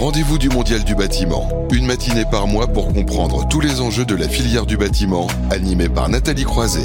rendez-vous du Mondial du bâtiment. Une matinée par mois pour comprendre tous les enjeux de la filière du bâtiment, animé par Nathalie Croiset.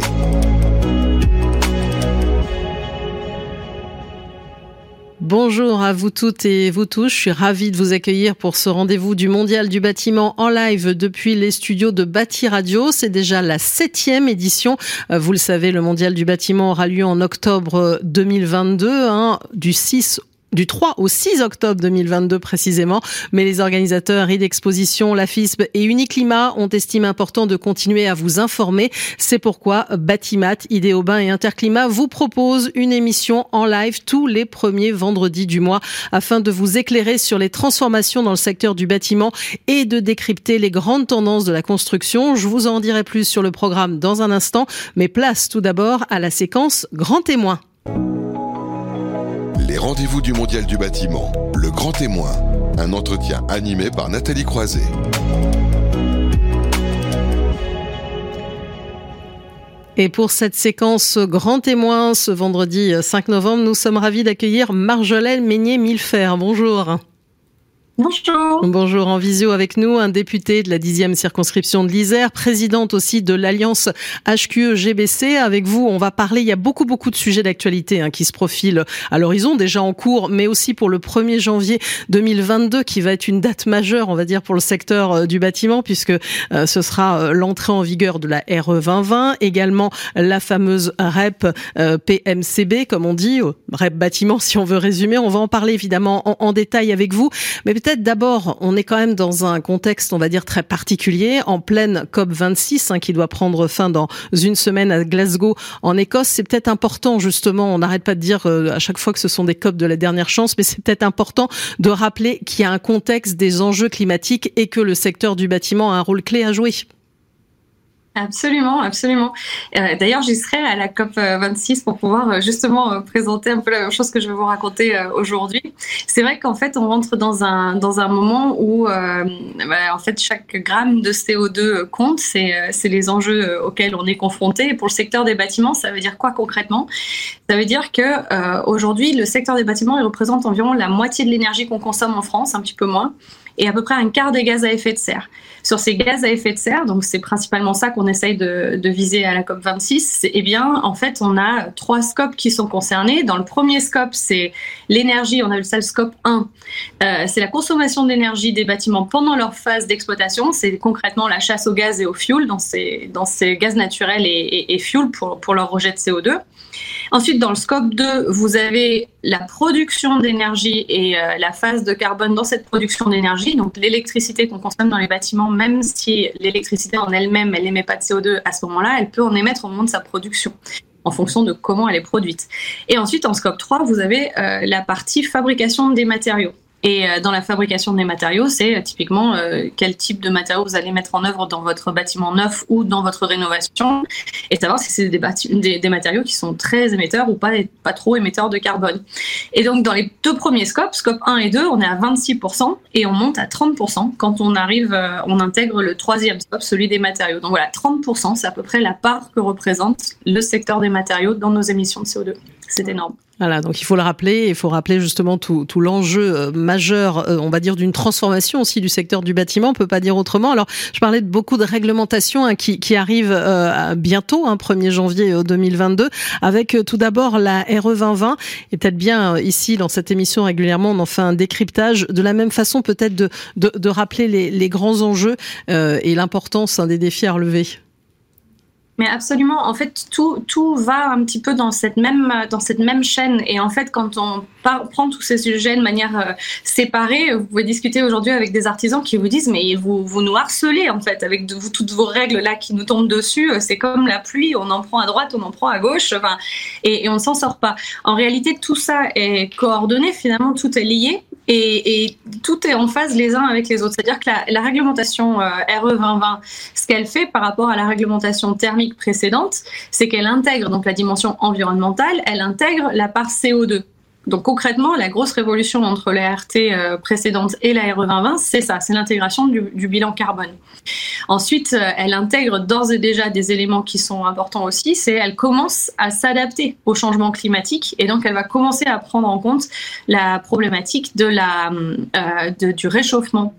Bonjour à vous toutes et vous tous, je suis ravie de vous accueillir pour ce rendez-vous du Mondial du bâtiment en live depuis les studios de Bâti Radio. C'est déjà la 7e édition. Vous le savez, le Mondial du bâtiment aura lieu en octobre 2022, du 3 au 6 octobre 2022 précisément, mais les organisateurs Idexposition, la FISB et Uniclimat ont estimé important de continuer à vous informer. C'est pourquoi Batimat, Idéobain et Interclimat vous proposent une émission en live tous les premiers vendredis du mois afin de vous éclairer sur les transformations dans le secteur du bâtiment et de décrypter les grandes tendances de la construction. Je vous en dirai plus sur le programme dans un instant, mais place tout d'abord à la séquence Grand Témoin. Les rendez-vous du Mondial du bâtiment, le grand témoin, un entretien animé par Nathalie Croiset. Et pour cette séquence Grand Témoin, ce vendredi 5 novembre, nous sommes ravis d'accueillir Marjolaine Meignier-Millefer. Bonjour. Bonjour. Bonjour, en visio avec nous, un député de la 10e circonscription de l'Isère, présidente aussi de l'Alliance HQE-GBC. Avec vous, on va parler, il y a beaucoup de sujets d'actualité qui se profilent à l'horizon, déjà en cours, mais aussi pour le 1er janvier 2022, qui va être une date majeure, on va dire, pour le secteur du bâtiment, puisque ce sera l'entrée en vigueur de la RE 2020, également la fameuse REP PMCB, comme on dit, REP bâtiment, si on veut résumer. On va en parler évidemment en détail avec vous, mais peut-être d'abord, on est quand même dans un contexte, on va dire, très particulier, en pleine COP26, qui doit prendre fin dans une semaine à Glasgow, en Écosse. C'est peut-être important, justement, on n'arrête pas de dire à chaque fois que ce sont des COP de la dernière chance, mais c'est peut-être important de rappeler qu'il y a un contexte des enjeux climatiques et que le secteur du bâtiment a un rôle clé à jouer. Absolument. D'ailleurs, j'y serai à la COP 26 pour pouvoir justement présenter un peu la même chose que je vais vous raconter aujourd'hui. C'est vrai qu'en fait, on rentre dans un moment où en fait, chaque gramme de CO2 compte. C'est les enjeux auxquels on est confronté. Et pour le secteur des bâtiments, ça veut dire quoi concrètement ? Ça veut dire que aujourd'hui, le secteur des bâtiments, il représente environ la moitié de l'énergie qu'on consomme en France, un petit peu moins, et à peu près un quart des gaz à effet de serre. Sur ces gaz à effet de serre, donc c'est principalement ça qu'on essaye de viser à la COP26, eh bien, en fait, on a 3 scopes qui sont concernés. Dans le premier scope, c'est l'énergie, on appelle ça le scope 1. C'est la consommation d'énergie des bâtiments pendant leur phase d'exploitation. C'est concrètement la chasse au gaz et au fioul, dans ces gaz naturels et fioul pour leur rejet de CO2. Ensuite, dans le scope 2, vous avez la production d'énergie et la phase de carbone dans cette production d'énergie, donc l'électricité qu'on consomme dans les bâtiments, même si l'électricité en elle-même, elle n'émet pas de CO2 à ce moment-là, elle peut en émettre au moment de sa production, en fonction de comment elle est produite. Et ensuite, en scope 3, vous avez la partie fabrication des matériaux. Et dans la fabrication des matériaux, c'est typiquement quel type de matériaux vous allez mettre en œuvre dans votre bâtiment neuf ou dans votre rénovation, et savoir si c'est des matériaux qui sont très émetteurs ou pas trop émetteurs de carbone. Et donc dans les 2 premiers scopes, scope 1 et 2, on est à 26% et on monte à 30% quand on intègre le 3e scope, celui des matériaux. Donc voilà, 30%, c'est à peu près la part que représente le secteur des matériaux dans nos émissions de CO2. C'est énorme. Voilà, donc il faut le rappeler, il faut rappeler justement tout l'enjeu majeur, on va dire, d'une transformation aussi du secteur du bâtiment, on peut pas dire autrement. Alors, je parlais de beaucoup de réglementations qui arrivent bientôt, 1er janvier 2022, avec tout d'abord la RE 2020, et peut-être bien ici, dans cette émission, régulièrement, on en fait un décryptage, de la même façon peut-être de rappeler les grands enjeux et l'importance des défis à relever. Mais absolument, en fait, tout va un petit peu dans cette même chaîne. Et en fait, quand on prend tous ces sujets de manière séparée, vous pouvez discuter aujourd'hui avec des artisans qui vous disent mais vous nous harcelez en fait avec toutes vos règles là qui nous tombent dessus. C'est comme la pluie, on en prend à droite, on en prend à gauche, et on ne s'en sort pas. En réalité, tout ça est coordonné. Finalement, tout est lié. Et tout est en phase les uns avec les autres. C'est-à-dire que la réglementation RE 2020, ce qu'elle fait par rapport à la réglementation thermique précédente, c'est qu'elle intègre donc la dimension environnementale, elle intègre la part CO2. Donc concrètement, la grosse révolution entre la RT précédente et la RE 2020, c'est ça, c'est l'intégration du bilan carbone. Ensuite, elle intègre d'ores et déjà des éléments qui sont importants aussi, c'est elle commence à s'adapter au changement climatique et donc elle va commencer à prendre en compte la problématique du réchauffement.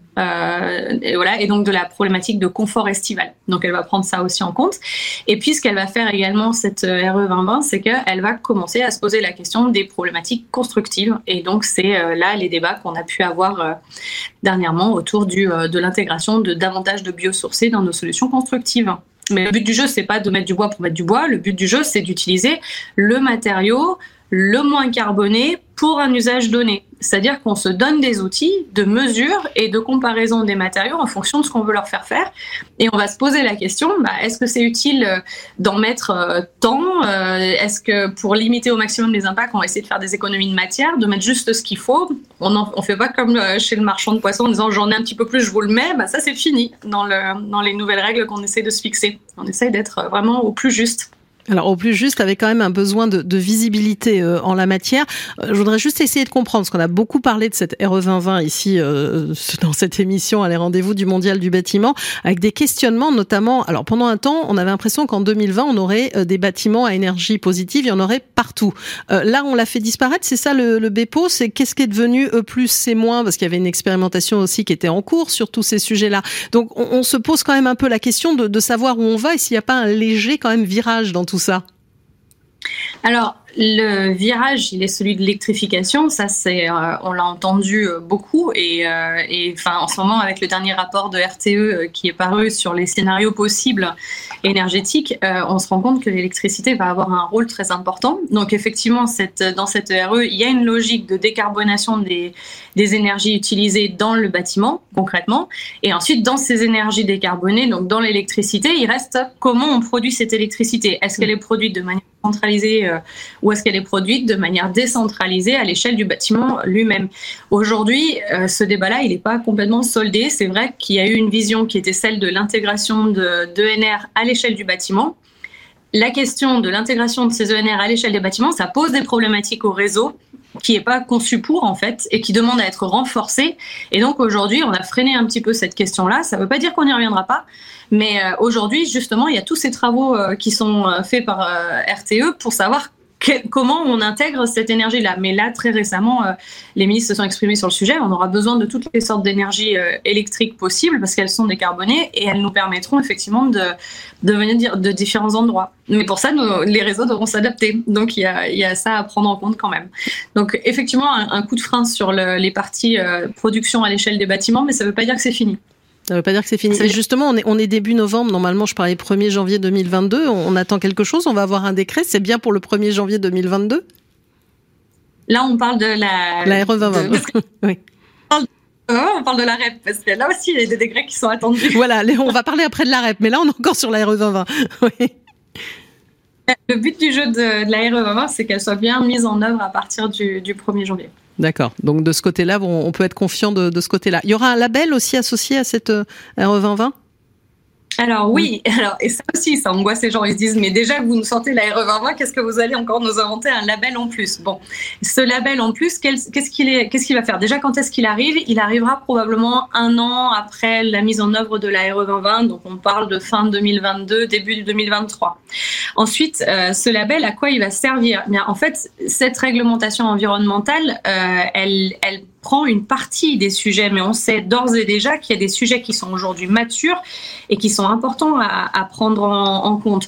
Et donc de la problématique de confort estival. Donc elle va prendre ça aussi en compte. Et puis ce qu'elle va faire également, cette RE 2020, c'est qu'elle va commencer à se poser la question des problématiques constructives. Et donc c'est là les débats qu'on a pu avoir dernièrement autour de l'intégration de davantage de biosourcés dans nos solutions constructives. Mais le but du jeu, c'est pas de mettre du bois pour mettre du bois. Le but du jeu, c'est d'utiliser le matériau le moins carboné pour un usage donné. C'est-à-dire qu'on se donne des outils de mesure et de comparaison des matériaux en fonction de ce qu'on veut leur faire faire. Et on va se poser la question, est-ce que c'est utile d'en mettre tant Est-ce que pour limiter au maximum les impacts, on va essayer de faire des économies de matière, de mettre juste ce qu'il faut? On fait pas comme chez le marchand de poissons en disant j'en ai un petit peu plus, je vous le mets. Ça, c'est fini dans les nouvelles règles qu'on essaie de se fixer. On essaie d'être vraiment au plus juste. Alors au plus juste, avec quand même un besoin de visibilité en la matière. Je voudrais juste essayer de comprendre, parce qu'on a beaucoup parlé de cette RE 2020 ici dans cette émission à les rendez-vous du Mondial du bâtiment, avec des questionnements notamment. Alors pendant un temps, on avait l'impression qu'en 2020, on aurait des bâtiments à énergie positive, il y en aurait partout. Là, on l'a fait disparaître, c'est ça le BEPO, c'est qu'est-ce qui est devenu E+, C-, parce qu'il y avait une expérimentation aussi qui était en cours sur tous ces sujets-là. Donc on se pose quand même un peu la question de savoir où on va et s'il n'y a pas un léger quand même virage dans tout ça. Alors, le virage, il est celui de l'électrification. Ça, on l'a entendu beaucoup. Et en ce moment, avec le dernier rapport de RTE qui est paru sur les scénarios possibles énergétiques, on se rend compte que l'électricité va avoir un rôle très important. Donc, effectivement, dans cette RE, il y a une logique de décarbonation des énergies utilisées dans le bâtiment, concrètement. Et ensuite, dans ces énergies décarbonées, donc dans l'électricité, il reste comment on produit cette électricité. Est-ce qu'elle est produite de manière centralisée ou est-ce qu'elle est produite de manière décentralisée à l'échelle du bâtiment lui-même? Aujourd'hui, ce débat-là, il n'est pas complètement soldé. C'est vrai qu'il y a eu une vision qui était celle de l'intégration d'ENR à l'échelle du bâtiment. La question de l'intégration de ces ENR à l'échelle des bâtiments, ça pose des problématiques au réseau qui n'est pas conçu pour, en fait, et qui demande à être renforcé. Et donc, aujourd'hui, on a freiné un petit peu cette question-là. Ça ne veut pas dire qu'on n'y reviendra pas, mais aujourd'hui, justement, il y a tous ces travaux qui sont faits par RTE pour savoir comment on intègre cette énergie-là. Mais là, très récemment, les ministres se sont exprimés sur le sujet. On aura besoin de toutes les sortes d'énergies électriques possibles parce qu'elles sont décarbonées et elles nous permettront effectivement de venir de différents endroits. Mais pour ça, les réseaux devront s'adapter. Donc, il y a ça à prendre en compte quand même. Donc, effectivement, un coup de frein sur les parties production à l'échelle des bâtiments, mais ça ne veut pas dire que c'est fini. Ça ne veut pas dire que c'est fini. Et justement, on est début novembre. Normalement, je parlais 1er janvier 2022. On attend quelque chose. On va avoir un décret. C'est bien pour le 1er janvier 2022 ? Là, on parle de la RE 2020. Oui. On parle de la REP, parce que là aussi, il y a des décrets qui sont attendus. Voilà, on va parler après de la REP, mais là, on est encore sur la RE 2020. Oui. Le but du jeu de la RE 2020, c'est qu'elle soit bien mise en œuvre à partir du 1er janvier. D'accord. Donc, de ce côté-là, on peut être confiant de ce côté-là. Il y aura un label aussi associé à cette RE 2020 ? Alors oui, et ça aussi, ça angoisse les gens. Ils se disent, mais déjà que vous nous sortez la RE 2020, qu'est-ce que vous allez encore nous inventer un label en plus? Bon, ce label en plus, qu'est-ce qu'il va faire? Déjà, quand est-ce qu'il arrive? Il arrivera probablement 1 an après la mise en œuvre de la RE 2020, donc on parle de fin 2022, début 2023. Ensuite, ce label, à quoi il va servir? Bien, en fait, cette réglementation environnementale, elle prend une partie des sujets, mais on sait d'ores et déjà qu'il y a des sujets qui sont aujourd'hui matures et qui sont importants à prendre en compte.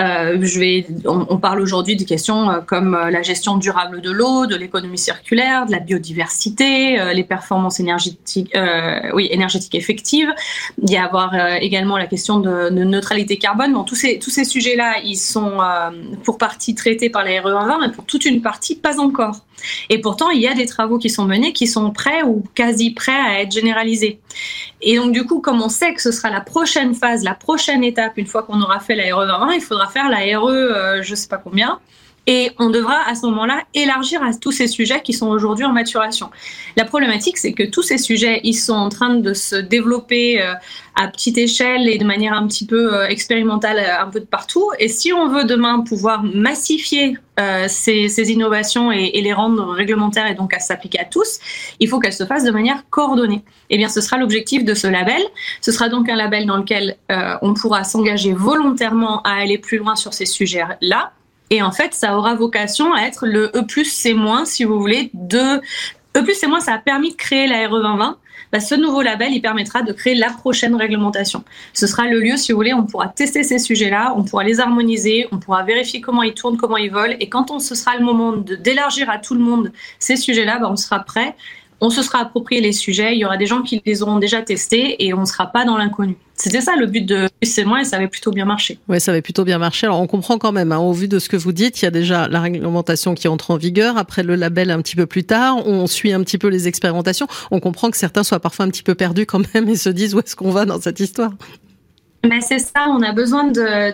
On parle aujourd'hui de questions comme la gestion durable de l'eau, de l'économie circulaire, de la biodiversité, les performances énergétiques effectives. Il y a également la question de neutralité carbone. Bon, tous ces sujets-là, ils sont pour partie traités par la RE 2020, mais pour toute une partie, pas encore. Et pourtant, il y a des travaux qui sont menés, qui sont prêts ou quasi prêts à être généralisés. Et donc, du coup, comme on sait que ce sera la prochaine phase, la prochaine étape, une fois qu'on aura fait la RE 2020, il faudra faire la RE je ne sais pas combien. Et on devra à ce moment-là élargir à tous ces sujets qui sont aujourd'hui en maturation. La problématique, c'est que tous ces sujets, ils sont en train de se développer à petite échelle et de manière un petit peu expérimentale un peu de partout. Et si on veut demain pouvoir massifier ces innovations et les rendre réglementaires et donc à s'appliquer à tous, il faut qu'elles se fassent de manière coordonnée. Eh bien, ce sera l'objectif de ce label. Ce sera donc un label dans lequel on pourra s'engager volontairement à aller plus loin sur ces sujets-là. Et en fait, ça aura vocation à être le E+C-, si vous voulez, E+C-, ça a permis de créer la RE 2020. Ce nouveau label, il permettra de créer la prochaine réglementation. Ce sera le lieu, si vous voulez, on pourra tester ces sujets-là, on pourra les harmoniser, on pourra vérifier comment ils tournent, comment ils volent. Et quand ce sera le moment d'élargir à tout le monde ces sujets-là, on sera prêt. On se sera approprié les sujets, il y aura des gens qui les auront déjà testés et on ne sera pas dans l'inconnu. C'était ça le but de E+C- et ça avait plutôt bien marché. Oui, ça avait plutôt bien marché. Alors on comprend quand même, au vu de ce que vous dites, il y a déjà la réglementation qui entre en vigueur, après le label un petit peu plus tard, on suit un petit peu les expérimentations. On comprend que certains soient parfois un petit peu perdus quand même et se disent où est-ce qu'on va dans cette histoire. Mais c'est ça, on a besoin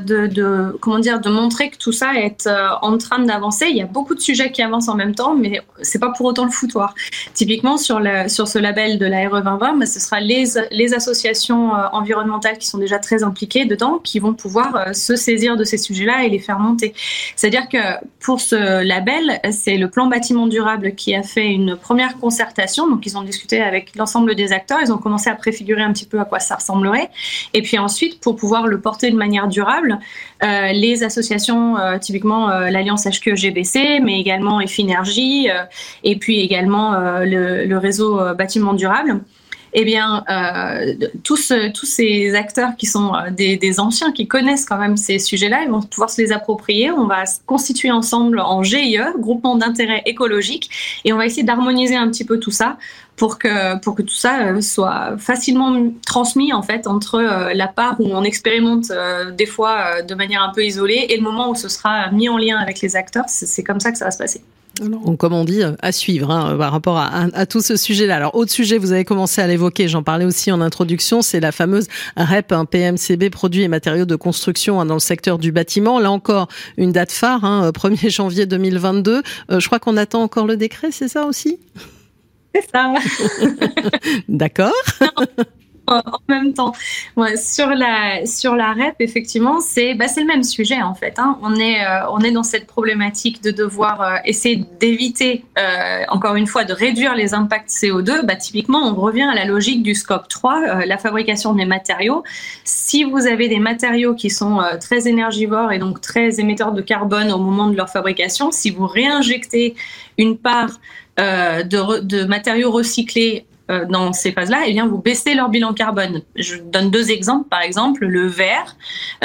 de montrer que tout ça est en train d'avancer. Il y a beaucoup de sujets qui avancent en même temps, mais c'est pas pour autant le foutoir. Typiquement, sur ce label de la RE 2020, ce sera les associations environnementales qui sont déjà très impliquées dedans, qui vont pouvoir se saisir de ces sujets-là et les faire monter. C'est-à-dire que pour ce label, c'est le plan bâtiment durable qui a fait une première concertation. Donc, ils ont discuté avec l'ensemble des acteurs. Ils ont commencé à préfigurer un petit peu à quoi ça ressemblerait. Et puis ensuite, pour pouvoir le porter de manière durable, les associations, typiquement l'Alliance HQE-GBC, mais également Effinergie, et puis également le réseau bâtiment durable, eh bien, tous ces acteurs qui sont des anciens, qui connaissent quand même ces sujets-là, ils vont pouvoir se les approprier. On va se constituer ensemble en GIE, groupement d'intérêt écologique, et on va essayer d'harmoniser un petit peu tout ça pour que tout ça soit facilement transmis en fait entre la part où on expérimente des fois de manière un peu isolée et le moment où ce sera mis en lien avec les acteurs. C'est comme ça que ça va se passer. Alors, comme on dit, à suivre par rapport à tout ce sujet-là. Alors, autre sujet, vous avez commencé à l'évoquer, j'en parlais aussi en introduction, c'est la fameuse REP, PMCB, produits et matériaux de construction dans le secteur du bâtiment. Là encore, une date phare, 1er janvier 2022. Je crois qu'on attend encore le décret, c'est ça aussi ? C'est ça. D'accord. En même temps, ouais, sur la REP, effectivement, c'est le même sujet en fait. On est dans cette problématique de devoir essayer d'éviter, encore une fois, de réduire les impacts CO2. Typiquement, on revient à la logique du scope 3, la fabrication des matériaux. Si vous avez des matériaux qui sont très énergivores et donc très émetteurs de carbone au moment de leur fabrication, si vous réinjectez une part de matériaux recyclés dans ces phases-là, eh bien, vous baissez leur bilan carbone. Je donne 2 exemples. Par exemple, le verre,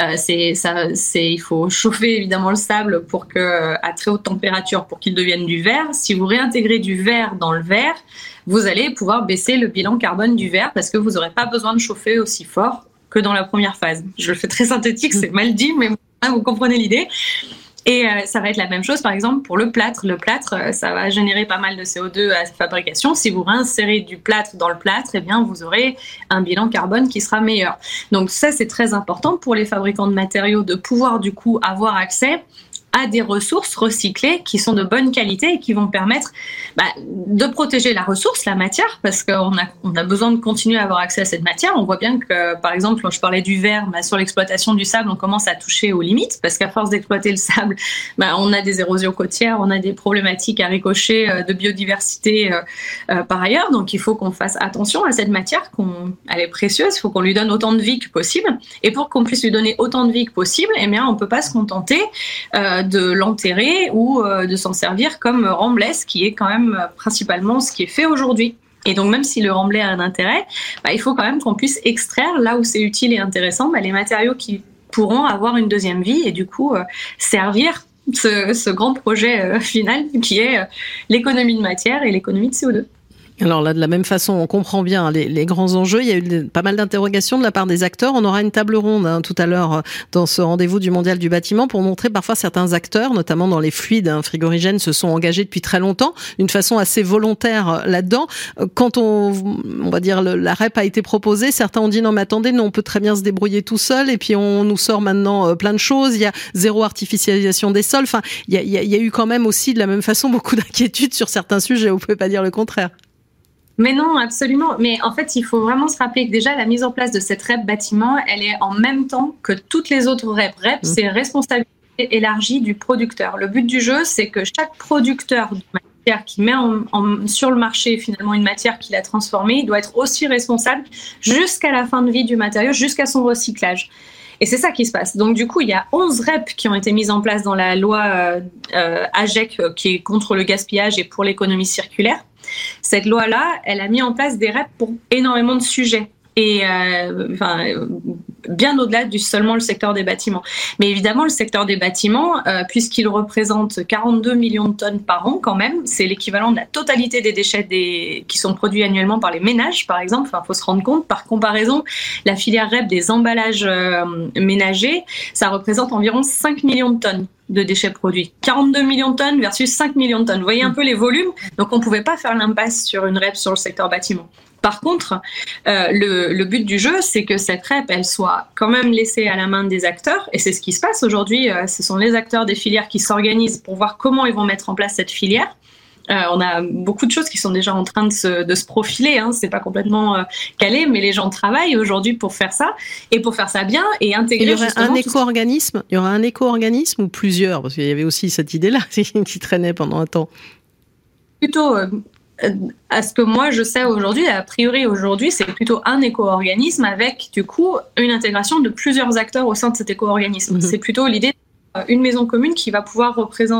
il faut chauffer évidemment le sable à très haute température pour qu'il devienne du verre. Si vous réintégrez du verre dans le verre, vous allez pouvoir baisser le bilan carbone du verre parce que vous n'aurez pas besoin de chauffer aussi fort que dans la première phase. Je le fais très synthétique, c'est mal dit, mais vous comprenez l'idée. Et ça va être la même chose, par exemple, pour le plâtre. Le plâtre, ça va générer pas mal de CO2 à sa fabrication. Si vous réinsérez du plâtre dans le plâtre, eh bien, vous aurez un bilan carbone qui sera meilleur. Donc ça, c'est très important pour les fabricants de matériaux de pouvoir, du coup, avoir accès à des ressources recyclées qui sont de bonne qualité et qui vont permettre de protéger la ressource, la matière, parce qu'on a besoin de continuer à avoir accès à cette matière. On voit bien que, par exemple, quand je parlais du verre, sur l'exploitation du sable, on commence à toucher aux limites, parce qu'à force d'exploiter le sable, on a des érosions côtières, on a des problématiques à ricocher de biodiversité par ailleurs. Donc, il faut qu'on fasse attention à cette matière, elle est précieuse, il faut qu'on lui donne autant de vie que possible. Et pour qu'on puisse lui donner autant de vie que possible, eh bien, on ne peut pas se contenter de l'enterrer ou de s'en servir comme remblai, qui est quand même principalement ce qui est fait aujourd'hui. Et donc, même si le remblai a un intérêt, il faut quand même qu'on puisse extraire, là où c'est utile et intéressant, les matériaux qui pourront avoir une deuxième vie et du coup servir ce grand projet final qui est l'économie de matière et l'économie de CO2. Alors là, de la même façon, on comprend bien les grands enjeux. Il y a eu pas mal d'interrogations de la part des acteurs. On aura une table ronde tout à l'heure dans ce rendez-vous du Mondial du bâtiment pour montrer parfois certains acteurs, notamment dans les fluides frigorigènes, se sont engagés depuis très longtemps, d'une façon assez volontaire là-dedans. Quand on va dire la REP a été proposée, certains ont dit non mais attendez, nous on peut très bien se débrouiller tout seul et puis on nous sort maintenant plein de choses. Il y a zéro artificialisation des sols. Enfin, il y a eu quand même aussi de la même façon beaucoup d'inquiétudes sur certains sujets. Vous pouvez pas dire le contraire. Mais non, absolument. Mais en fait, il faut vraiment se rappeler que déjà, la mise en place de cette REP bâtiment, elle est en même temps que toutes les autres REP. REP, c'est responsabilité élargie du producteur. Le but du jeu, c'est que chaque producteur de matière qui met sur le marché finalement une matière qu'il a transformée, il doit être aussi responsable jusqu'à la fin de vie du matériau, jusqu'à son recyclage. Et c'est ça qui se passe. Donc du coup, il y a 11 REP qui ont été mises en place dans la loi AGEC qui est contre le gaspillage et pour l'économie circulaire. Cette loi-là, elle a mis en place des REP pour énormément de sujets. Et bien au-delà du seulement le secteur des bâtiments. Mais évidemment, le secteur des bâtiments, puisqu'il représente 42 millions de tonnes par an quand même, c'est l'équivalent de la totalité des déchets qui sont produits annuellement par les ménages, par exemple. Enfin, faut se rendre compte. Par comparaison, la filière REP des emballages ménagers, ça représente environ 5 millions de tonnes de déchets produits. 42 millions de tonnes versus 5 millions de tonnes. Vous voyez un peu les volumes. Donc, on ne pouvait pas faire l'impasse sur une REP sur le secteur bâtiment. Par contre, le but du jeu, c'est que cette REP, elle soit quand même laissée à la main des acteurs. Et c'est ce qui se passe aujourd'hui. Ce sont les acteurs des filières qui s'organisent pour voir comment ils vont mettre en place cette filière. On a beaucoup de choses qui sont déjà en train de se profiler. C'est pas complètement calé, mais les gens travaillent aujourd'hui pour faire ça et pour faire ça bien et intégrer. Il y aurait un éco-organisme. Il y aura un éco-organisme ou plusieurs, parce qu'il y avait aussi cette idée-là qui traînait pendant un temps. Plutôt. À ce que moi je sais aujourd'hui, a priori aujourd'hui, c'est plutôt un éco-organisme avec du coup une intégration de plusieurs acteurs au sein de cet éco-organisme. C'est plutôt l'idée d'une maison commune qui va pouvoir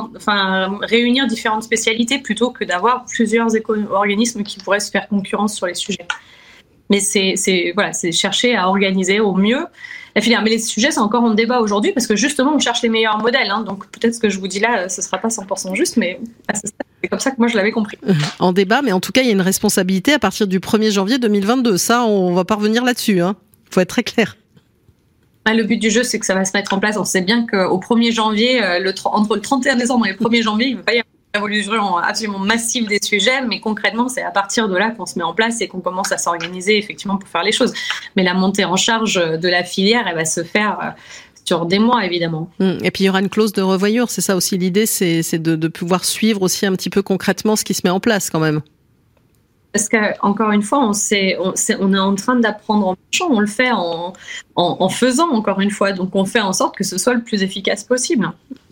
réunir différentes spécialités plutôt que d'avoir plusieurs éco-organismes qui pourraient se faire concurrence sur les sujets. Mais c'est chercher à organiser au mieux la filière. Mais les sujets, c'est encore en débat aujourd'hui parce que justement, on cherche les meilleurs modèles. Donc peut-être ce que je vous dis là, ce ne sera pas 100% juste, mais c'est comme ça que moi je l'avais compris. En débat, mais en tout cas, il y a une responsabilité à partir du 1er janvier 2022. Ça, on ne va pas revenir là-dessus. Faut être très clair. Le but du jeu, c'est que ça va se mettre en place. On sait bien qu'au 1er janvier, entre le 31 décembre et le 1er janvier, il ne va pas y avoir évolution absolument massive des sujets, mais concrètement, c'est à partir de là qu'on se met en place et qu'on commence à s'organiser effectivement pour faire les choses. Mais la montée en charge de la filière, elle va se faire sur des mois, évidemment. Et puis, il y aura une clause de revoyure. C'est ça aussi l'idée, c'est de pouvoir suivre aussi un petit peu concrètement ce qui se met en place quand même. Parce qu'encore une fois, on est en train d'apprendre en marchant, on le fait en faisant encore une fois. Donc, on fait en sorte que ce soit le plus efficace possible.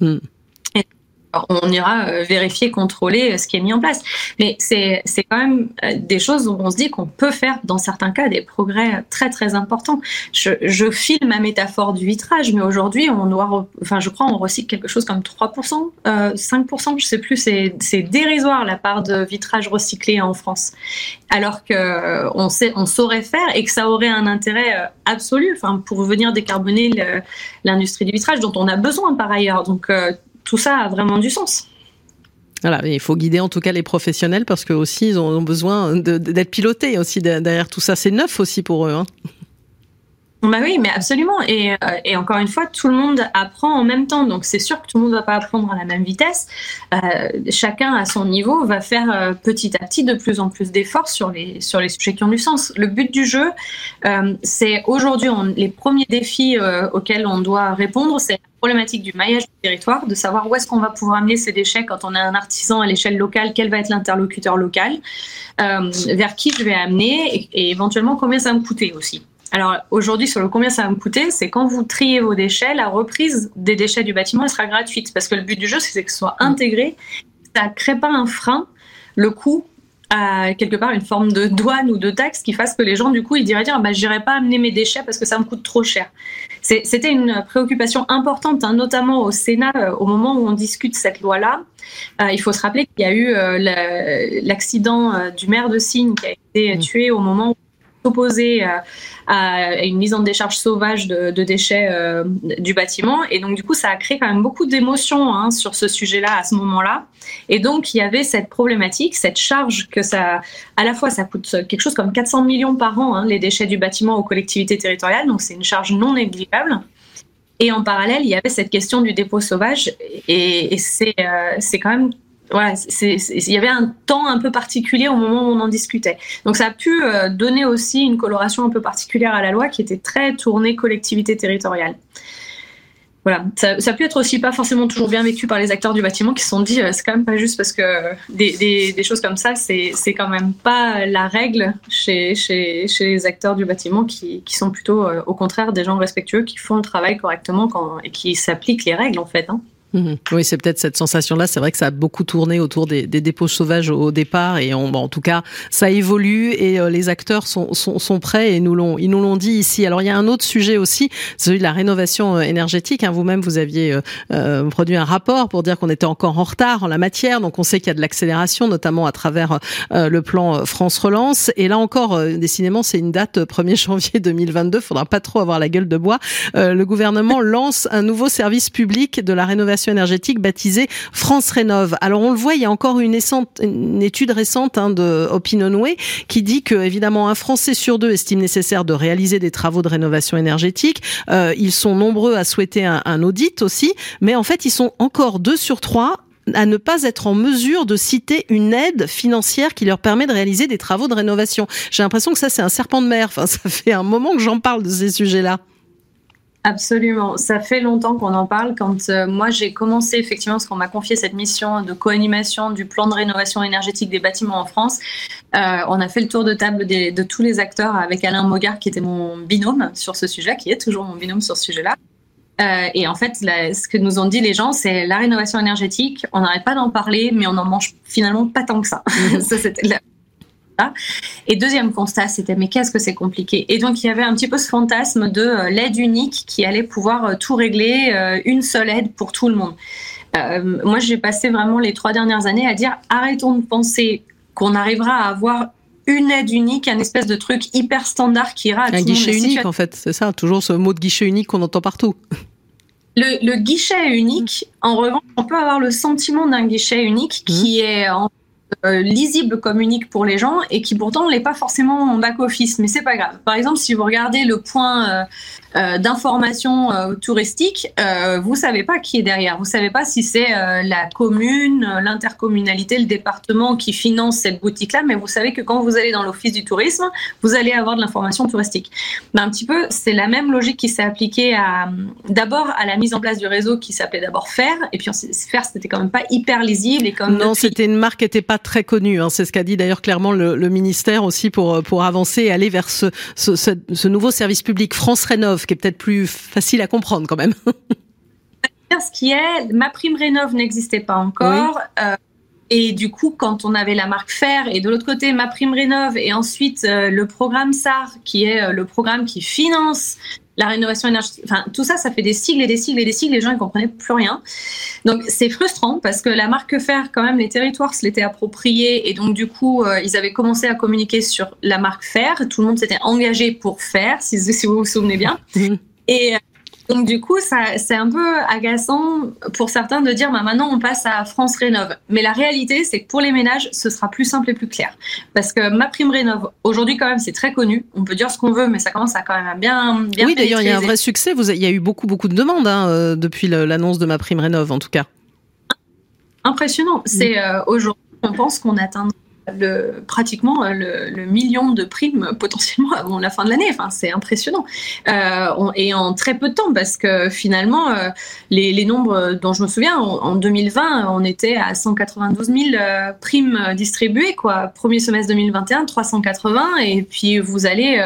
On ira vérifier, contrôler ce qui est mis en place. Mais c'est quand même des choses où on se dit qu'on peut faire, dans certains cas, des progrès très, très importants. Je file ma métaphore du vitrage, mais aujourd'hui, je crois, on recycle quelque chose comme 3%, 5%, je sais plus, c'est dérisoire la part de vitrage recyclé en France. Alors qu'on saurait faire et que ça aurait un intérêt absolu, pour venir décarboner l'industrie du vitrage dont on a besoin par ailleurs. Donc, tout ça a vraiment du sens. Voilà, il faut guider en tout cas les professionnels parce que aussi ils ont besoin d'être pilotés aussi derrière tout ça. C'est neuf aussi pour eux. Bah oui, mais absolument. Et encore une fois, tout le monde apprend en même temps. Donc c'est sûr que tout le monde ne va pas apprendre à la même vitesse. Chacun à son niveau va faire petit à petit de plus en plus d'efforts sur les sujets qui ont du sens. Le but du jeu, c'est aujourd'hui les premiers défis auxquels on doit répondre, c'est la problématique du maillage du territoire, de savoir où est-ce qu'on va pouvoir amener ces déchets quand on a un artisan à l'échelle locale, quel va être l'interlocuteur local, vers qui je vais amener et éventuellement combien ça va me coûter aussi. Alors aujourd'hui, sur le combien ça va me coûter, c'est quand vous triez vos déchets, la reprise des déchets du bâtiment elle sera gratuite parce que le but du jeu, c'est que ce soit intégré, ça ne crée pas un frein, le coût à quelque part une forme de douane ou de taxe qui fasse que les gens du coup ils diraient j'irai pas amener mes déchets parce que ça me coûte trop cher. C'était une préoccupation importante, notamment au Sénat au moment où on discute cette loi-là. Il faut se rappeler qu'il y a eu l'accident du maire de Signes qui a été tué au moment où s'opposer à une mise en décharge sauvage de déchets du bâtiment. Et donc, du coup, ça a créé quand même beaucoup d'émotions sur ce sujet-là à ce moment-là. Et donc, il y avait cette problématique, cette charge que ça... À la fois, ça coûte quelque chose comme 400 millions par an, les déchets du bâtiment aux collectivités territoriales. Donc, c'est une charge non négligeable. Et en parallèle, il y avait cette question du dépôt sauvage. Et c'est quand même... Voilà, il y avait un temps un peu particulier au moment où on en discutait. Donc ça a pu donner aussi une coloration un peu particulière à la loi qui était très tournée collectivité territoriale. Voilà, ça a pu être aussi pas forcément toujours bien vécu par les acteurs du bâtiment qui se sont dit c'est quand même pas juste parce que des choses comme ça c'est quand même pas la règle chez les acteurs du bâtiment qui sont plutôt au contraire des gens respectueux qui font le travail correctement et qui s'appliquent les règles en fait. Oui, c'est peut-être cette sensation-là. C'est vrai que ça a beaucoup tourné autour des dépôts sauvages au départ, et en tout cas, ça évolue et les acteurs sont prêts et ils nous l'ont dit ici. Alors, il y a un autre sujet aussi, celui de la rénovation énergétique. Vous-même, vous aviez produit un rapport pour dire qu'on était encore en retard en la matière. Donc, on sait qu'il y a de l'accélération, notamment à travers le plan France Relance. Et là encore, décidément, c'est une date 1er janvier 2022. Faudra pas trop avoir la gueule de bois. Le gouvernement lance un nouveau service public de la rénovation énergétique baptisé France Rénov. Alors on le voit, il y a encore une étude récente de Opinionway qui dit que évidemment un Français sur 2 estime nécessaire de réaliser des travaux de rénovation énergétique. Ils sont nombreux à souhaiter un audit aussi, mais en fait ils sont encore 2 sur 3 à ne pas être en mesure de citer une aide financière qui leur permet de réaliser des travaux de rénovation. J'ai l'impression que ça c'est un serpent de mer. Enfin, ça fait un moment que j'en parle de ces sujets-là. Absolument. Ça fait longtemps qu'on en parle. Quand moi, j'ai commencé effectivement, parce qu'on m'a confié cette mission de co-animation du plan de rénovation énergétique des bâtiments en France, on a fait le tour de table de tous les acteurs avec Alain Mogard, qui était mon binôme sur ce sujet, qui est toujours mon binôme sur ce sujet-là. Et en fait, ce que nous ont dit les gens, c'est la rénovation énergétique, on n'arrête pas d'en parler, mais on n'en mange finalement pas tant que ça. Ça, c'était Et deuxième constat, c'était mais qu'est-ce que c'est compliqué. Et donc il y avait un petit peu ce fantasme de l'aide unique qui allait pouvoir tout régler, une seule aide pour tout le monde. Moi, j'ai passé vraiment les 3 dernières années à dire arrêtons de penser qu'on arrivera à avoir une aide unique, un espèce de truc hyper standard qui ira à tout le monde. Un guichet unique en fait, c'est ça, toujours ce mot de guichet unique qu'on entend partout. Le guichet unique, en revanche, on peut avoir le sentiment d'un guichet unique qui est lisible comme unique pour les gens et qui pourtant ne l'est pas forcément en back-office, mais c'est pas grave. Par exemple, si vous regardez le point d'information touristique, vous savez pas qui est derrière. Vous savez pas si c'est la commune, l'intercommunalité, le département qui finance cette boutique-là, mais vous savez que quand vous allez dans l'office du tourisme, vous allez avoir de l'information touristique. Un petit peu, c'est la même logique qui s'est appliquée d'abord à la mise en place du réseau qui s'appelait d'abord FAIR, et puis FAIR, c'était quand même pas hyper lisible. Et comme non, c'était une marque qui était pas très connue. C'est ce qu'a dit d'ailleurs clairement le ministère aussi pour avancer et aller vers ce nouveau service public France Rénov, qui est peut-être plus facile à comprendre quand même. Ce qui est, MaPrimeRénov' n'existait pas encore. Oui. Et du coup, quand on avait la marque FAIR et de l'autre côté MaPrimeRénov' et ensuite le programme SAR, qui est le programme qui finance la rénovation énergétique, enfin tout ça, ça fait des sigles et des sigles et des sigles, les gens ne comprenaient plus rien. Donc c'est frustrant parce que la marque FAIR, quand même, les territoires se l'étaient appropriée et donc du coup, ils avaient commencé à communiquer sur la marque FAIR, tout le monde s'était engagé pour FAIR, si vous vous souvenez bien. Et donc du coup, c'est un peu agaçant pour certains de dire maintenant on passe à France Rénov'. Mais la réalité, c'est que pour les ménages, ce sera plus simple et plus clair. Parce que MaPrimeRénov', aujourd'hui quand même, c'est très connu. On peut dire ce qu'on veut, mais ça commence à quand même à bien oui, d'ailleurs, il y a un vrai succès. Il y a eu beaucoup de demandes depuis l'annonce de MaPrimeRénov', en tout cas. Impressionnant. C'est aujourd'hui, on pense qu'on atteint pratiquement le million de primes potentiellement avant la fin de l'année. Enfin, c'est impressionnant. Et en très peu de temps, parce que finalement, les nombres dont je me souviens, en 2020, on était à 192 000 primes distribuées, quoi. Premier semestre 2021, 380, et puis vous allez...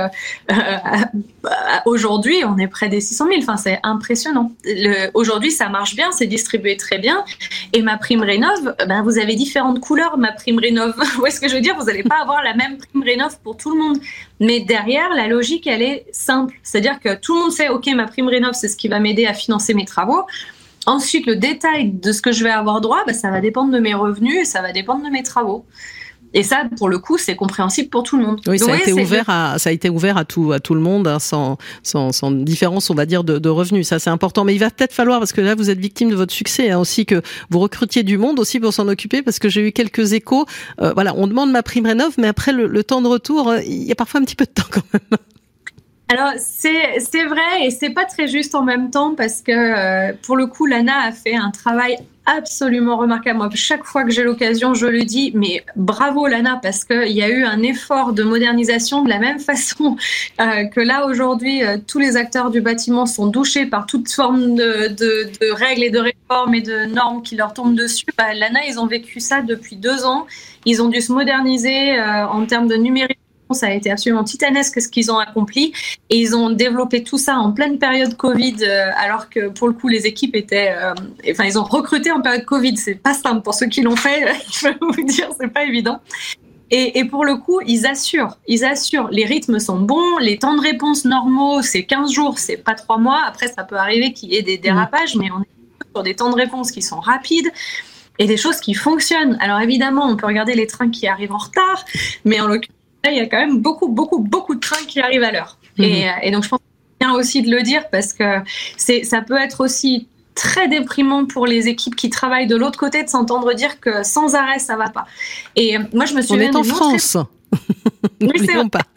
aujourd'hui, on est près des 600 000. Enfin, c'est impressionnant. Aujourd'hui, ça marche bien, c'est distribué très bien. Et MaPrimeRénov', vous avez différentes couleurs, MaPrimeRénov'. Vous voyez ce que je veux dire ? Vous n'allez pas avoir la même prime rénov' pour tout le monde. Mais derrière, la logique, elle est simple. C'est-à-dire que tout le monde sait, OK, ma prime rénov', c'est ce qui va m'aider à financer mes travaux. Ensuite, le détail de ce que je vais avoir droit, ça va dépendre de mes revenus et ça va dépendre de mes travaux. Et ça, pour le coup, c'est compréhensible pour tout le monde. Oui, ça a été ouvert à tout le monde, hein, sans différence, on va dire, de revenus. Ça, c'est important. Mais il va peut-être falloir, parce que là, vous êtes victime de votre succès, hein, aussi, que vous recrutiez du monde aussi pour s'en occuper, parce que j'ai eu quelques échos. Voilà, on demande ma prime rénov, mais après le temps de retour, il y a parfois un petit peu de temps quand même. Alors c'est vrai et c'est pas très juste en même temps parce que pour le coup l'ANA a fait un travail absolument remarquable. Moi, chaque fois que j'ai l'occasion, je le dis, mais bravo l'ANA parce qu'il y a eu un effort de modernisation de la même façon que là aujourd'hui, tous les acteurs du bâtiment sont douchés par toute forme de règles et de réformes et de normes qui leur tombent dessus. L'ANA, ils ont vécu ça depuis 2 ans. Ils ont dû se moderniser en termes de numérique. Ça a été absolument titanesque ce qu'ils ont accompli et ils ont développé tout ça en pleine période Covid alors que pour le coup les équipes étaient ils ont recruté en période Covid, c'est pas simple pour ceux qui l'ont fait, je peux vous dire, c'est pas évident. Et pour le coup, ils assurent, les rythmes sont bons, les temps de réponse normaux, c'est 15 jours, c'est pas 3 mois. Après, ça peut arriver qu'il y ait des dérapages, mais on est sur des temps de réponse qui sont rapides et des choses qui fonctionnent. Alors évidemment, on peut regarder les trains qui arrivent en retard, mais en l'occurrence, il y a quand même beaucoup de trains qui arrivent à l'heure. Et donc, je pense que c'est bien aussi de le dire parce que ça peut être aussi très déprimant pour les équipes qui travaillent de l'autre côté de s'entendre dire que sans arrêt, ça va pas. Et moi, je me souviens... On est en France. N'oublions pas.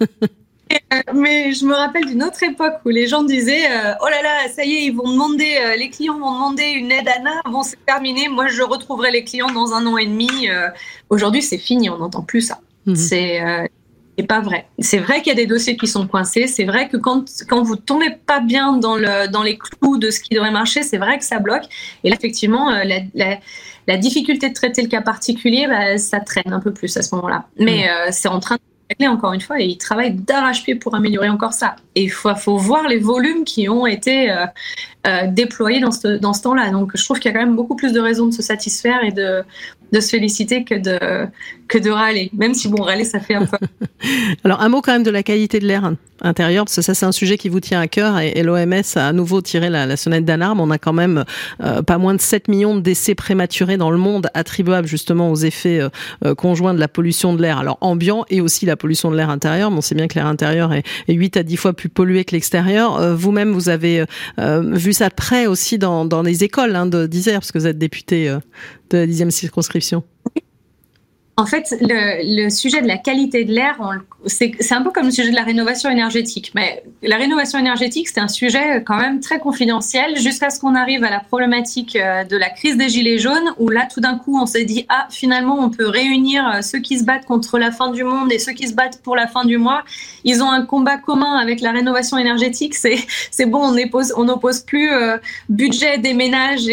Mais je me rappelle d'une autre époque où les gens disaient oh là là, ça y est, les clients vont demander une aide ANA, bon, c'est terminé, moi je retrouverai les clients dans 1 an et demi. Aujourd'hui, c'est fini, on n'entend plus ça. C'est pas vrai. C'est vrai qu'il y a des dossiers qui sont coincés. C'est vrai que quand vous tombez pas bien dans les clous de ce qui devrait marcher, c'est vrai que ça bloque. Et là, effectivement, la difficulté de traiter le cas particulier, ça traîne un peu plus à ce moment-là. Mais c'est en train de régler encore une fois et ils travaillent d'arrache-pied pour améliorer encore ça. Et il faut voir les volumes qui ont été déployés dans ce temps-là. Donc, je trouve qu'il y a quand même beaucoup plus de raisons de se satisfaire et de se féliciter que de râler. Même si, bon, râler, ça fait un peu... Alors, un mot quand même de la qualité de l'air intérieur, parce que ça, c'est un sujet qui vous tient à cœur et l'OMS a à nouveau tiré la sonnette d'alarme. On a quand même pas moins de 7 millions de décès prématurés dans le monde attribuables justement aux effets conjoints de la pollution de l'air, alors ambiant et aussi la pollution de l'air intérieur. On sait bien que l'air intérieur est 8 à 10 fois plus pollué que l'extérieur. Vous-même, vous avez vu ça de près aussi dans les écoles d'Isère, parce que vous êtes député de la 10e circonscription. En fait, le sujet de la qualité de l'air, c'est un peu comme le sujet de la rénovation énergétique. Mais la rénovation énergétique, c'est un sujet quand même très confidentiel jusqu'à ce qu'on arrive à la problématique de la crise des gilets jaunes, où là, tout d'un coup, on s'est dit, finalement, on peut réunir ceux qui se battent contre la fin du monde et ceux qui se battent pour la fin du mois. Ils ont un combat commun avec la rénovation énergétique. C'est bon, on n'oppose plus budget des ménages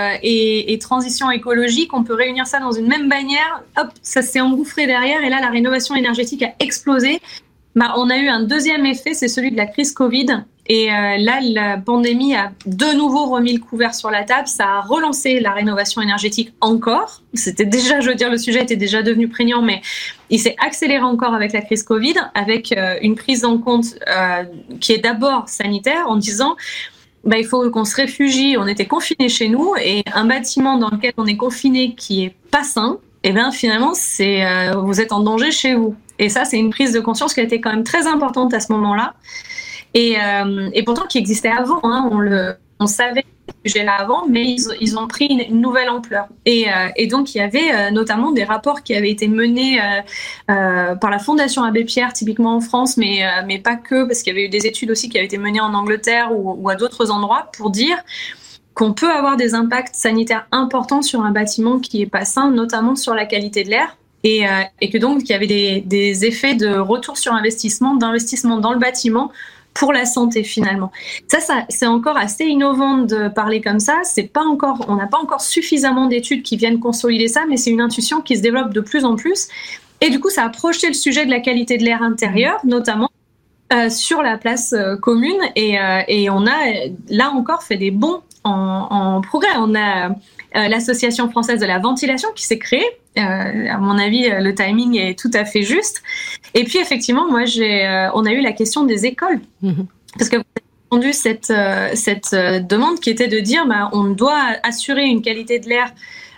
et transition écologique. On peut réunir ça dans une même bannière. Hop, ça s'est engouffré derrière et là, la rénovation énergétique a explosé. On a eu un deuxième effet, c'est celui de la crise Covid. Et là, la pandémie a de nouveau remis le couvert sur la table. Ça a relancé la rénovation énergétique encore. C'était déjà, je veux dire, le sujet était déjà devenu prégnant, mais il s'est accéléré encore avec la crise Covid, avec une prise en compte qui est d'abord sanitaire, en disant... il faut qu'on se réfugie. On était confinés chez nous et un bâtiment dans lequel on est confiné qui est pas sain, finalement, vous êtes en danger chez vous. Et ça, c'est une prise de conscience qui a été quand même très importante à ce moment-là. Et pourtant, qui existait avant. On savait ce sujet-là avant, mais ils ont pris une nouvelle ampleur. Et donc, il y avait notamment des rapports qui avaient été menés par la Fondation Abbé Pierre, typiquement en France, mais pas que, parce qu'il y avait eu des études aussi qui avaient été menées en Angleterre ou à d'autres endroits pour dire qu'on peut avoir des impacts sanitaires importants sur un bâtiment qui est pas sain, notamment sur la qualité de l'air, et que donc il y avait des effets de retour sur investissement, d'investissement dans le bâtiment pour la santé finalement. Ça c'est encore assez innovant de parler comme ça. On n'a pas encore suffisamment d'études qui viennent consolider ça, mais c'est une intuition qui se développe de plus en plus. Et du coup, ça a projeté le sujet de la qualité de l'air intérieur, notamment sur la place commune, et on a là encore fait des bons en progrès. On a l'Association française de la ventilation qui s'est créée. À mon avis, le timing est tout à fait juste. Et puis, effectivement, on a eu la question des écoles. Parce que vous avez entendu cette demande qui était de dire on doit assurer une qualité de l'air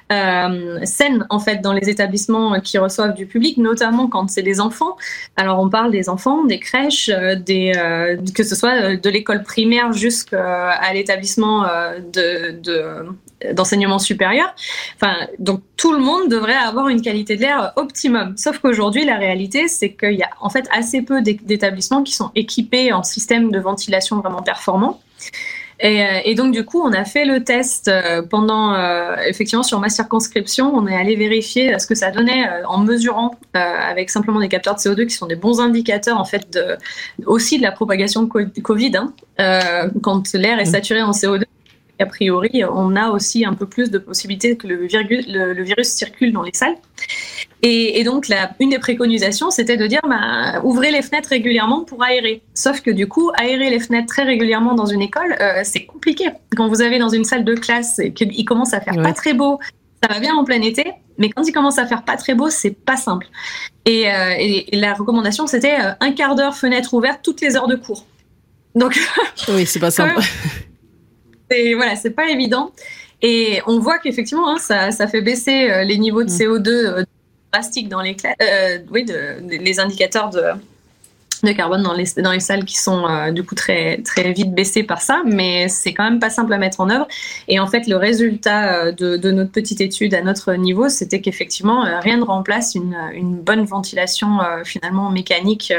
saine en fait dans les établissements qui reçoivent du public, notamment quand c'est des enfants. Alors on parle des enfants, des crèches, que ce soit de l'école primaire jusqu'à l'établissement d'enseignement supérieur. Enfin, donc tout le monde devrait avoir une qualité de l'air optimum. Sauf qu'aujourd'hui, la réalité, c'est qu'il y a en fait assez peu d'établissements qui sont équipés en système de ventilation vraiment performant. Et donc du coup, on a fait le test pendant, effectivement, sur ma circonscription, on est allé vérifier ce que ça donnait en mesurant avec simplement des capteurs de CO2 qui sont des bons indicateurs en fait aussi de la propagation de Covid. Quand l'air est saturé en CO2, a priori, on a aussi un peu plus de possibilités que le virus circule dans les salles. Et donc, une des préconisations, c'était de dire ouvrez les fenêtres régulièrement pour aérer. Sauf que du coup, aérer les fenêtres très régulièrement dans une école, c'est compliqué. Quand vous avez dans une salle de classe et qu'il commence à faire pas très beau, ça va bien en plein été, mais quand il commence à faire pas très beau, c'est pas simple. Et la recommandation, c'était un quart d'heure fenêtre ouverte toutes les heures de cours. Donc, oui, c'est pas simple. C'est pas évident. Et on voit qu'effectivement, ça fait baisser les niveaux de CO2 drastiques dans les les indicateurs de carbone dans les salles qui sont du coup très, très vite baissés par ça, mais c'est quand même pas simple à mettre en œuvre. Et en fait, le résultat de notre petite étude à notre niveau, c'était qu'effectivement, rien ne remplace une bonne ventilation finalement mécanique.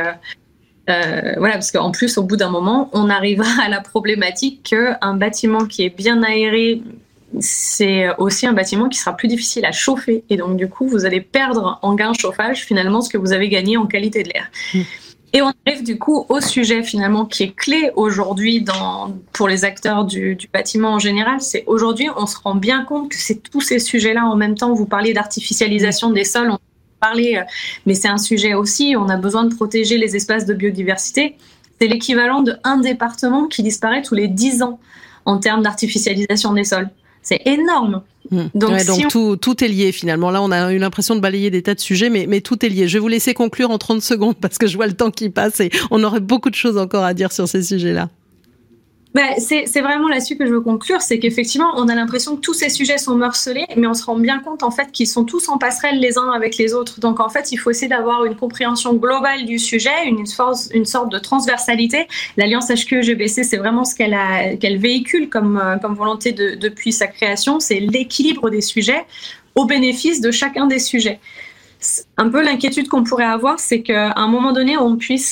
Parce qu'en plus, au bout d'un moment, on arrivera à la problématique qu'un bâtiment qui est bien aéré, c'est aussi un bâtiment qui sera plus difficile à chauffer. Et donc, du coup, vous allez perdre en gain chauffage, finalement, ce que vous avez gagné en qualité de l'air. Et on arrive, du coup, au sujet, finalement, qui est clé aujourd'hui pour les acteurs du bâtiment en général. C'est aujourd'hui, on se rend bien compte que c'est tous ces sujets-là en même temps. Vous parliez d'artificialisation des sols, mais c'est un sujet aussi, on a besoin de protéger les espaces de biodiversité. C'est l'équivalent d'un département qui disparaît tous les 10 ans en termes d'artificialisation des sols. C'est énorme. Donc tout est lié finalement. Là, on a eu l'impression de balayer des tas de sujets, mais tout est lié. Je vais vous laisser conclure en 30 secondes parce que je vois le temps qui passe et on aurait beaucoup de choses encore à dire sur ces sujets-là. C'est vraiment là-dessus que je veux conclure, c'est qu'effectivement, on a l'impression que tous ces sujets sont morcelés, mais on se rend bien compte en fait qu'ils sont tous en passerelle les uns avec les autres. Donc en fait, il faut essayer d'avoir une compréhension globale du sujet, une sorte de transversalité. L'Alliance HQE-GBC, c'est vraiment ce qu'elle véhicule comme volonté depuis sa création, c'est l'équilibre des sujets au bénéfice de chacun des sujets. Un peu l'inquiétude qu'on pourrait avoir, c'est qu'à un moment donné, on puisse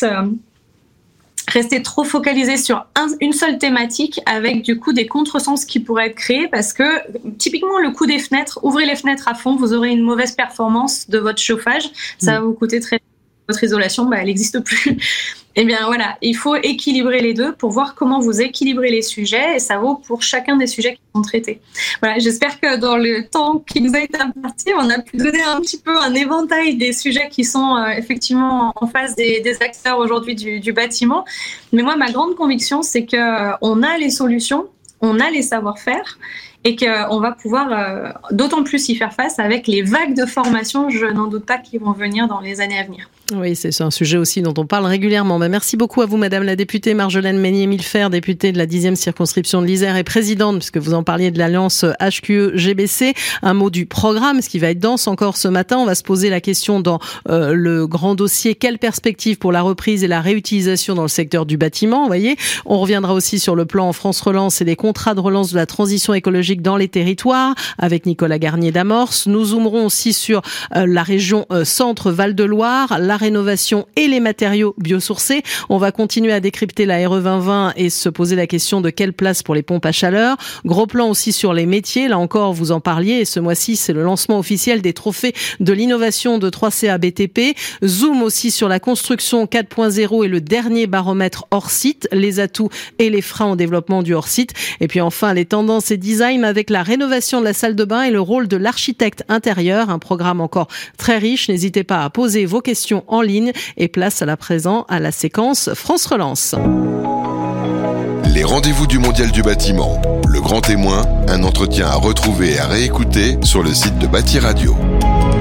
rester trop focalisé sur une seule thématique avec du coup des contresens qui pourraient être créés parce que typiquement le coût des fenêtres, ouvrez les fenêtres à fond, vous aurez une mauvaise performance de votre chauffage, ça va vous coûter très cher. Votre isolation, elle n'existe plus. Eh bien voilà, il faut équilibrer les deux pour voir comment vous équilibrez les sujets et ça vaut pour chacun des sujets qui sont traités. Voilà, j'espère que dans le temps qui nous a été imparti, on a pu donner un petit peu un éventail des sujets qui sont effectivement en face des acteurs aujourd'hui du bâtiment. Mais moi, ma grande conviction, c'est qu'on a les solutions, on a les savoir-faire et qu'on va pouvoir d'autant plus y faire face avec les vagues de formation, je n'en doute pas, qui vont venir dans les années à venir. Oui, c'est un sujet aussi dont on parle régulièrement. Merci beaucoup à vous, Madame la députée Marjolaine Meignier-Millefert, députée de la 10e circonscription de l'Isère et présidente, puisque vous en parliez, de l'Alliance HQE-GBC. Un mot du programme, ce qui va être dense encore ce matin. On va se poser la question dans le grand dossier, quelle perspective pour la reprise et la réutilisation dans le secteur du bâtiment, vous voyez. On reviendra aussi sur le plan France Relance et les contrats de relance de la transition écologique dans les territoires, avec Nicolas Garnier d'Amorce. Nous zoomerons aussi sur la région Centre-Val de Loire, la rénovation et les matériaux biosourcés. On va continuer à décrypter la RE 2020 et se poser la question de quelle place pour les pompes à chaleur. Gros plan aussi sur les métiers. Là encore, vous en parliez. Et ce mois-ci, c'est le lancement officiel des trophées de l'innovation de 3CA BTP. Zoom aussi sur la construction 4.0 et le dernier baromètre hors site, les atouts et les freins au développement du hors site. Et puis enfin, les tendances et design avec la rénovation de la salle de bain et le rôle de l'architecte intérieur. Un programme encore très riche. N'hésitez pas à poser vos questions en ligne et place à présent à la séquence France Relance. Les rendez-vous du Mondial du bâtiment. Le grand témoin, un entretien à retrouver et à réécouter sur le site de Bâti Radio.